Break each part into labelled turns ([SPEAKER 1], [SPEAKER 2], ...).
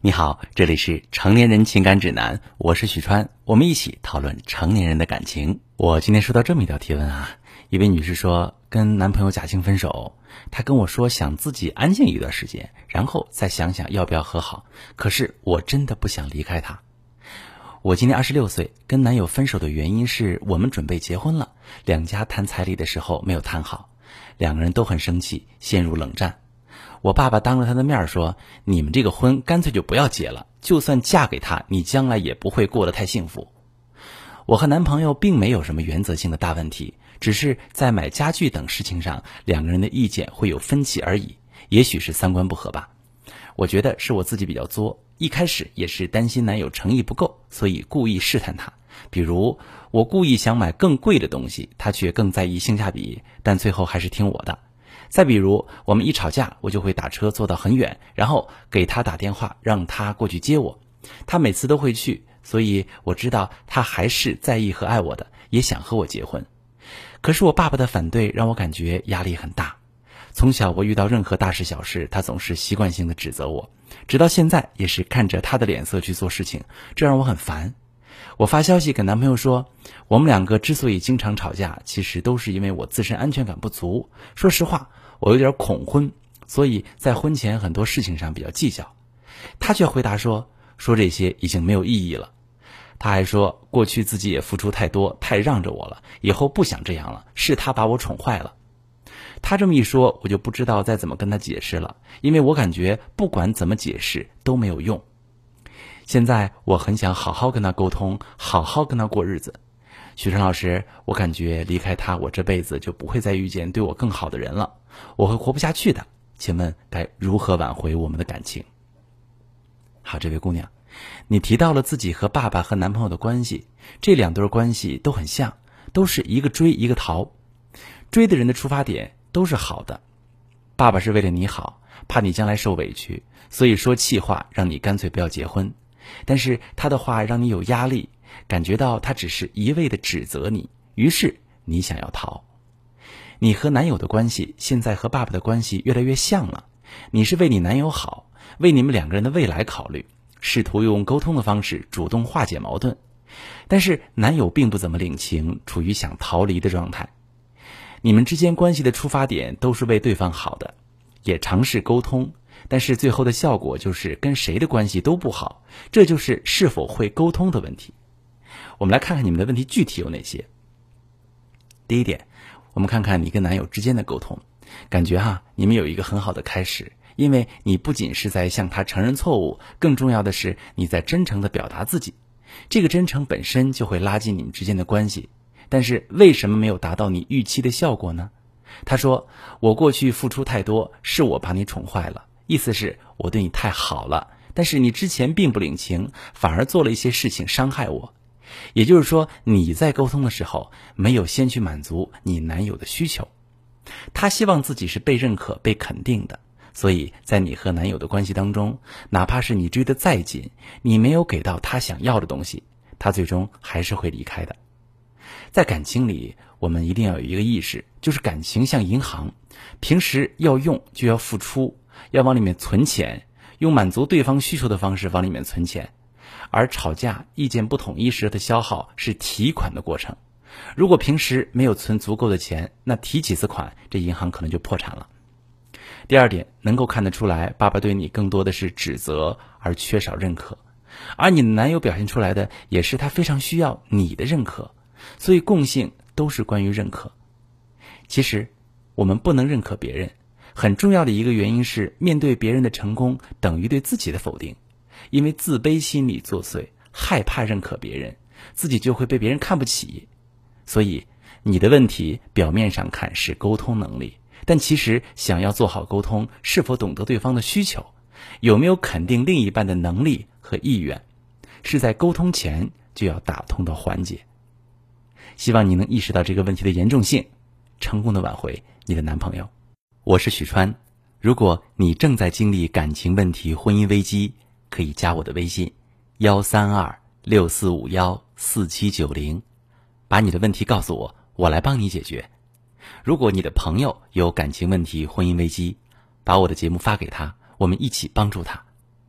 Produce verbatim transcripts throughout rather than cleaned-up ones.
[SPEAKER 1] 你好，这里是成年人情感指南，我是许川，我们一起讨论成年人的感情。我今天收到这么一条提问啊，一位女士说跟男朋友假性分手，她跟我说想自己安静一段时间，然后再想想要不要和好，可是我真的不想离开他。我今年二十六岁，跟男友分手的原因是我们准备结婚了，两家谈彩礼的时候没有谈好，两个人都很生气，陷入冷战。我爸爸当着他的面说，你们这个婚干脆就不要结了，就算嫁给他，你将来也不会过得太幸福。我和男朋友并没有什么原则性的大问题，只是在买家具等事情上，两个人的意见会有分歧而已，也许是三观不合吧。我觉得是我自己比较作，一开始也是担心男友诚意不够，所以故意试探他。比如我故意想买更贵的东西，他却更在意性价比，但最后还是听我的。再比如我们一吵架，我就会打车坐到很远，然后给他打电话让他过去接我，他每次都会去，所以我知道他还是在意和爱我的，也想和我结婚。可是我爸爸的反对让我感觉压力很大，从小我遇到任何大事小事，他总是习惯性的指责我，直到现在也是看着他的脸色去做事情，这让我很烦。我发消息跟男朋友说，我们两个之所以经常吵架，其实都是因为我自身安全感不足。说实话，我有点恐婚，所以在婚前很多事情上比较计较。他却回答说，说这些已经没有意义了。他还说，过去自己也付出太多，太让着我了，以后不想这样了，是他把我宠坏了。他这么一说，我就不知道再怎么跟他解释了，因为我感觉不管怎么解释都没有用。现在我很想好好跟他沟通，好好跟他过日子。许晨老师，我感觉离开他，我这辈子就不会再遇见对我更好的人了，我会活不下去的。请问该如何挽回我们的感情？好，这位姑娘，你提到了自己和爸爸和男朋友的关系，这两对关系都很像，都是一个追一个逃。追的人的出发点都是好的，爸爸是为了你好，怕你将来受委屈，所以说气话让你干脆不要结婚。但是他的话让你有压力，感觉到他只是一味的指责你，于是你想要逃。你和男友的关系现在和爸爸的关系越来越像了，你是为你男友好，为你们两个人的未来考虑，试图用沟通的方式主动化解矛盾。但是男友并不怎么领情，处于想逃离的状态。你们之间关系的出发点都是为对方好的，也尝试沟通，但是最后的效果就是跟谁的关系都不好，这就是是否会沟通的问题。我们来看看你们的问题具体有哪些。第一点，我们看看你跟男友之间的沟通，感觉哈，你们有一个很好的开始，因为你不仅是在向他承认错误，更重要的是你在真诚地表达自己，这个真诚本身就会拉近你们之间的关系。但是为什么没有达到你预期的效果呢？他说，我过去付出太多，是我把你宠坏了，意思是我对你太好了，但是你之前并不领情，反而做了一些事情伤害我。也就是说，你在沟通的时候没有先去满足你男友的需求。他希望自己是被认可被肯定的，所以在你和男友的关系当中，哪怕是你追得再紧，你没有给到他想要的东西，他最终还是会离开的。在感情里，我们一定要有一个意识，就是感情像银行，平时要用就要付出，要往里面存钱，用满足对方需求的方式往里面存钱。而吵架意见不统一时的消耗是提款的过程，如果平时没有存足够的钱，那提几次款，这银行可能就破产了。第二点，能够看得出来，爸爸对你更多的是指责而缺少认可，而你的男友表现出来的也是他非常需要你的认可，所以共性都是关于认可。其实我们不能认可别人，很重要的一个原因是面对别人的成功等于对自己的否定，因为自卑心理作祟，害怕认可别人，自己就会被别人看不起。所以你的问题表面上看是沟通能力，但其实想要做好沟通，是否懂得对方的需求，有没有肯定另一半的能力和意愿，是在沟通前就要打通的环节。希望你能意识到这个问题的严重性，成功的挽回你的男朋友。我是许川，如果你正在经历感情问题、婚姻危机，可以加我的微信幺三二六四五幺四七九零，把你的问题告诉我，我来帮你解决。如果你的朋友有感情问题、婚姻危机，把我的节目发给他，我们一起帮助他。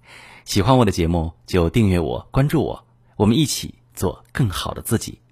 [SPEAKER 1] 喜欢我的节目就订阅我、关注我，我们一起做更好的自己。